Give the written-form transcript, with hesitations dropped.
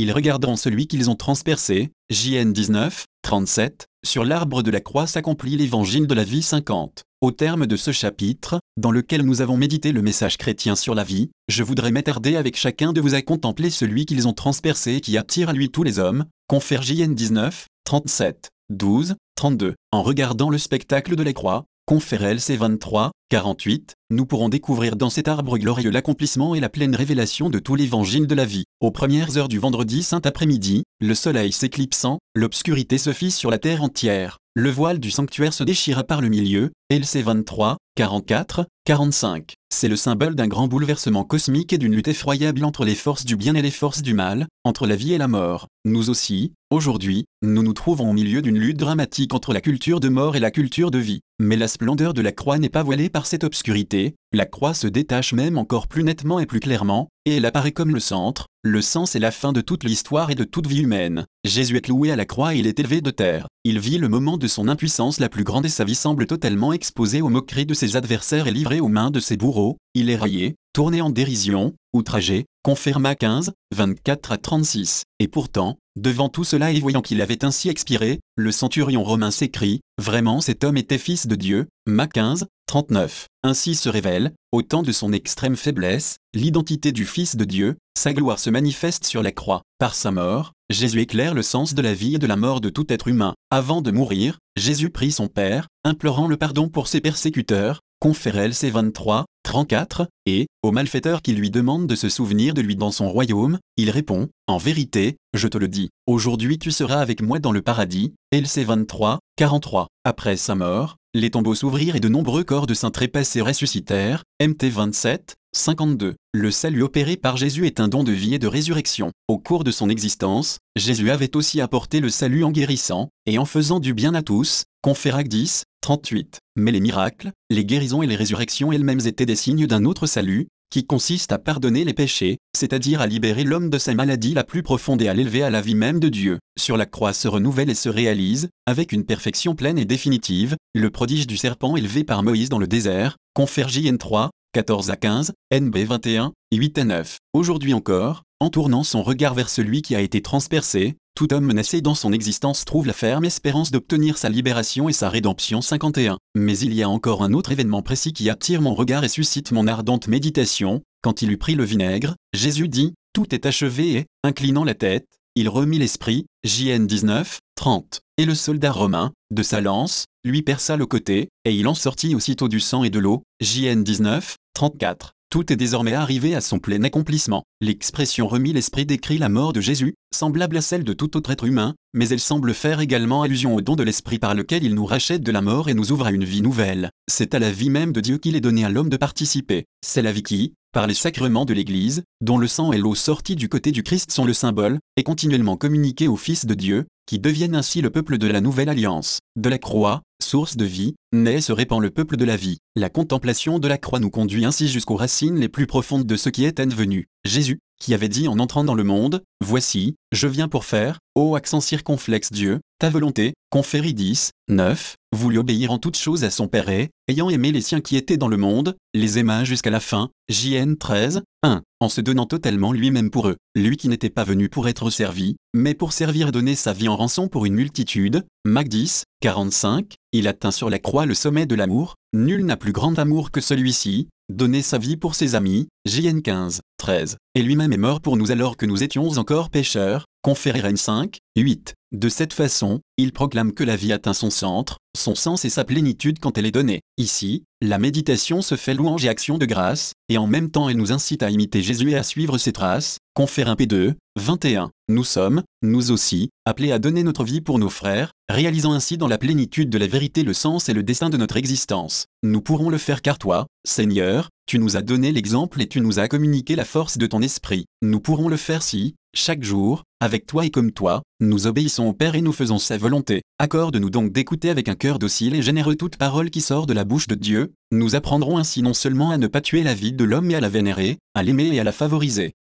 ils regarderont celui qu'ils ont transpercé. JN 19, 37, sur l'arbre de la croix s'accomplit l'évangile de la vie 50. Au terme de ce chapitre, dans lequel nous avons médité le message chrétien sur la vie, je voudrais m'attarder avec chacun de vous à contempler celui qu'ils ont transpercé et qui attire à lui tous les hommes. Confère JN 19, 37, 12, 32. En regardant le spectacle de la croix, confère LC 23, 48, nous pourrons découvrir dans cet arbre glorieux l'accomplissement et la pleine révélation de tout l'évangile de la vie. Aux premières heures du vendredi saint après-midi, le soleil s'éclipsant, l'obscurité se fit sur la terre entière. Le voile du sanctuaire se déchira par le milieu, LC 23, 44, 45. C'est le symbole d'un grand bouleversement cosmique et d'une lutte effroyable entre les forces du bien et les forces du mal, entre la vie et la mort. Nous aussi, aujourd'hui, nous nous trouvons au milieu d'une lutte dramatique entre la culture de mort et la culture de vie. Mais la splendeur de la croix n'est pas voilée par cette obscurité, la croix se détache même encore plus nettement et plus clairement, et elle apparaît comme le centre, le sens et la fin de toute l'histoire et de toute vie humaine. Jésus est cloué à la croix et il est élevé de terre. Il vit le moment de son impuissance la plus grande et sa vie semble totalement exposée aux moqueries de ses adversaires et livrée aux mains de ses bourreaux. Il est raillé, tourné en dérision, outragé, confère Matthieu 15, 24 à 36. Et pourtant, devant tout cela et voyant qu'il avait ainsi expiré, le centurion romain s'écrie, vraiment cet homme était fils de Dieu. Matthieu 15, 39. Ainsi se révèle, au temps de son extrême faiblesse, l'identité du Fils de Dieu, sa gloire se manifeste sur la croix. Par sa mort, Jésus éclaire le sens de la vie et de la mort de tout être humain. Avant de mourir, Jésus prie son Père, implorant le pardon pour ses persécuteurs, confère LC 23, 34, et, au malfaiteur qui lui demande de se souvenir de lui dans son royaume, il répond, en vérité, je te le dis, aujourd'hui tu seras avec moi dans le paradis, LC 23, 43. Après sa mort, les tombeaux s'ouvrirent et de nombreux corps de saints trépassés ressuscitèrent, MT 27, 52. Le salut opéré par Jésus est un don de vie et de résurrection. Au cours de son existence, Jésus avait aussi apporté le salut en guérissant, et en faisant du bien à tous, confère Actes 10, 38. Mais les miracles, les guérisons et les résurrections elles-mêmes étaient des signes d'un autre salut, qui consiste à pardonner les péchés, c'est-à-dire à libérer l'homme de sa maladie la plus profonde et à l'élever à la vie même de Dieu. Sur la croix se renouvelle et se réalise, avec une perfection pleine et définitive, le prodige du serpent élevé par Moïse dans le désert, confère JN 3, 14 à 15, NB 21, 8 à 9. Aujourd'hui encore, en tournant son regard vers celui qui a été transpercé, tout homme menacé dans son existence trouve la ferme espérance d'obtenir sa libération et sa rédemption 51. Mais il y a encore un autre événement précis qui attire mon regard et suscite mon ardente méditation. Quand il eut pris le vinaigre, Jésus dit, « Tout est achevé » et, inclinant la tête, il remit l'esprit, JN 19, 30. Et le soldat romain, de sa lance, lui perça le côté, et il en sortit aussitôt du sang et de l'eau, JN 19, 34. Tout est désormais arrivé à son plein accomplissement. L'expression remit l'esprit décrit la mort de Jésus, semblable à celle de tout autre être humain, mais elle semble faire également allusion au don de l'esprit par lequel il nous rachète de la mort et nous ouvre à une vie nouvelle. C'est à la vie même de Dieu qu'il est donné à l'homme de participer. C'est la vie qui, par les sacrements de l'Église, dont le sang et l'eau sortis du côté du Christ sont le symbole, est continuellement communiquée au Fils de Dieu, qui deviennent ainsi le peuple de la nouvelle alliance. De la croix, source de vie, naît et se répand le peuple de la vie. La contemplation de la croix nous conduit ainsi jusqu'aux racines les plus profondes de ce qui est advenu. Jésus, qui avait dit en entrant dans le monde, « Voici, je viens pour faire, ô accent circonflexe Dieu, ta volonté », conférit 10, 9, voulut obéir en toutes choses à son Père et, ayant aimé les siens qui étaient dans le monde, les aima jusqu'à la fin, JN 13, 1, en se donnant totalement lui-même pour eux, lui qui n'était pas venu pour être servi, mais pour servir et donner sa vie en rançon pour une multitude, Matthieu 10, 45, il atteint sur la croix le sommet de l'amour, nul n'a plus grand amour que celui-ci, donner sa vie pour ses amis, JN 15, 13, et lui-même est mort pour nous alors que nous étions encore pécheurs, confère RN 5, 8. De cette façon, il proclame que la vie atteint son centre, son sens et sa plénitude quand elle est donnée. Ici, la méditation se fait louange et action de grâce, et en même temps elle nous incite à imiter Jésus et à suivre ses traces, confère 1 P2, 21. Nous sommes, nous aussi, appelés à donner notre vie pour nos frères, réalisant ainsi dans la plénitude de la vérité le sens et le destin de notre existence. Nous pourrons le faire car toi, Seigneur, tu nous as donné l'exemple et tu nous as communiqué la force de ton esprit. Nous pourrons le faire si, chaque jour, avec toi et comme toi, nous obéissons au Père et nous faisons sa volonté. Accorde-nous donc d'écouter avec un cœur docile et généreux toute parole qui sort de la bouche de Dieu. Nous apprendrons ainsi non seulement à ne pas tuer la vie de l'homme mais à la vénérer, à l'aimer et à la favoriser.